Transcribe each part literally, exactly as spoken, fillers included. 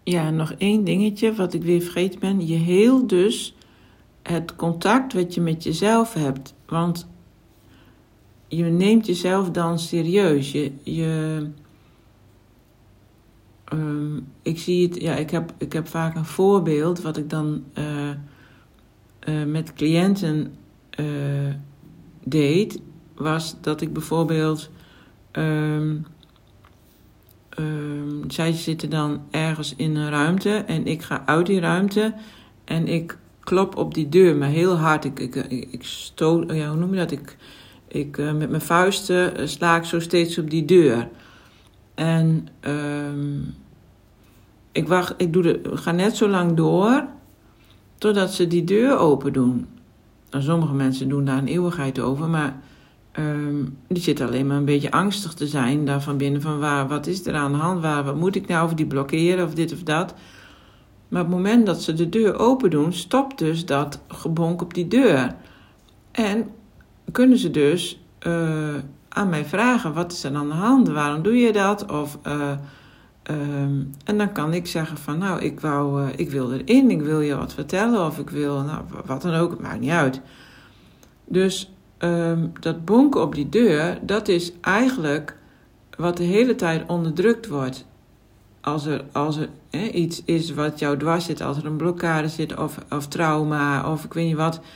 Ja, nog één dingetje wat ik weer vergeten ben. Je heelt dus het contact wat je met jezelf hebt. Want je neemt jezelf dan serieus. Je, je, um, ik zie het, ja, ik heb, ik heb vaak een voorbeeld wat ik dan uh, uh, met cliënten uh, deed. Was dat ik bijvoorbeeld... Um, Um, zij zitten dan ergens in een ruimte en ik ga uit die ruimte en ik klop op die deur, maar heel hard. Ik, ik, ik, ik stoot, ja, hoe noem je dat? Ik, ik uh, met mijn vuisten uh, sla ik zo steeds op die deur. En um, ik, wacht, ik doe de, ga net zo lang door totdat ze die deur open doen. Nou, sommige mensen doen daar een eeuwigheid over, maar Um, die zitten alleen maar een beetje angstig te zijn daar van binnen. Van waar, wat is er aan de hand? Waar, wat moet ik nou? Of die blokkeren of dit of dat. Maar op het moment dat ze de deur open doen, stopt dus dat gebonk op die deur. En kunnen ze dus uh, aan mij vragen, wat is er aan de hand? Waarom doe je dat? Of, uh, um, en dan kan ik zeggen van, nou, ik, wou, uh, ik wil erin. Ik wil je wat vertellen. Of ik wil, nou, wat dan ook. Het maakt niet uit. Dus... Um, dat bonken op die deur, dat is eigenlijk wat de hele tijd onderdrukt wordt. Als er, als er hè, iets is wat jou dwars zit, als er een blokkade zit of, of trauma of ik weet niet wat,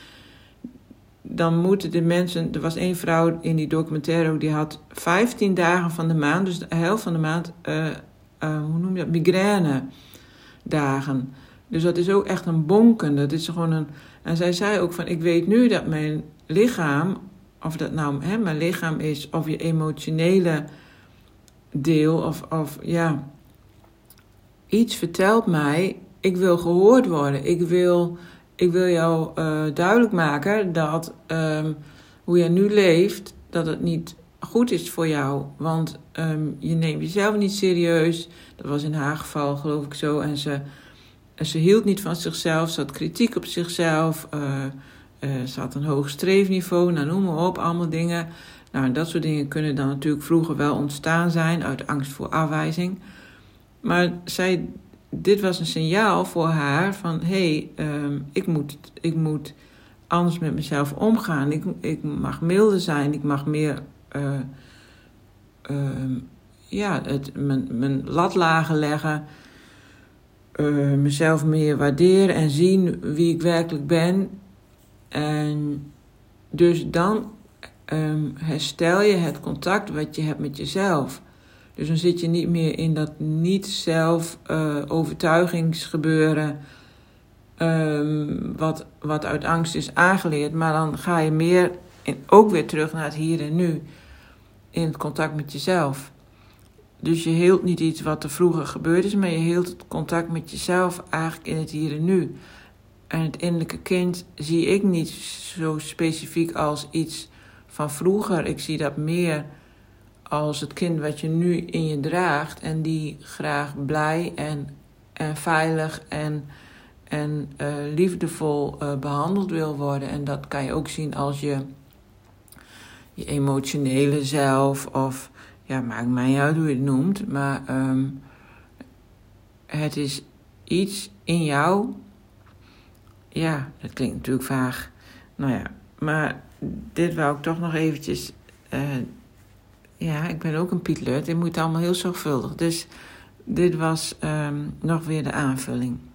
dan moeten de mensen... Er was één vrouw in die documentaire ook, die had vijftien dagen van de maand, dus de helft van de maand, uh, uh, hoe noem je dat, migraine dagen. Dus dat is ook echt een bonken. Dat is gewoon een... En zij zei ook van, ik weet nu dat mijn lichaam, of dat nou hè, mijn lichaam is, of je emotionele deel, of, of ja, iets vertelt mij, ik wil gehoord worden. Ik wil, ik wil jou uh, duidelijk maken dat um, hoe je nu leeft, dat het niet goed is voor jou. Want um, je neemt jezelf niet serieus. Dat was in haar geval, geloof ik zo. En ze, en ze hield niet van zichzelf. Ze had kritiek op zichzelf. Uh, uh, ze had een hoog streefniveau. Nou, noem maar op, allemaal dingen. Nou, dat soort dingen kunnen dan natuurlijk vroeger wel ontstaan zijn uit angst voor afwijzing. Maar zij, dit was een signaal voor haar van, hé, hey, um, ik, moet, ik moet anders met mezelf omgaan. Ik, ik mag milder zijn. Ik mag meer, uh, uh, ja, het, mijn, mijn lat lager leggen. Uh, mezelf meer waarderen en zien wie ik werkelijk ben. En dus dan um, herstel je het contact wat je hebt met jezelf. Dus dan zit je niet meer in dat niet-zelf uh, overtuigingsgebeuren, um, wat, wat uit angst is aangeleerd. Maar dan ga je meer, in, ook weer terug naar het hier en nu, in het contact met jezelf. Dus je heelt niet iets wat er vroeger gebeurd is, maar je heelt het contact met jezelf eigenlijk in het hier en nu. En het innerlijke kind zie ik niet zo specifiek als iets van vroeger. Ik zie dat meer als het kind wat je nu in je draagt en die graag blij en, en veilig en, en uh, liefdevol uh, behandeld wil worden. En dat kan je ook zien als je, je emotionele zelf of, ja, maakt mij niet uit hoe je het noemt, maar um, het is iets in jou. Ja, dat klinkt natuurlijk vaag. Nou ja, maar dit wou ik toch nog eventjes... Uh, ja, ik ben ook een Piet Lut. Dit moet allemaal heel zorgvuldig. Dus dit was um, nog weer de aanvulling.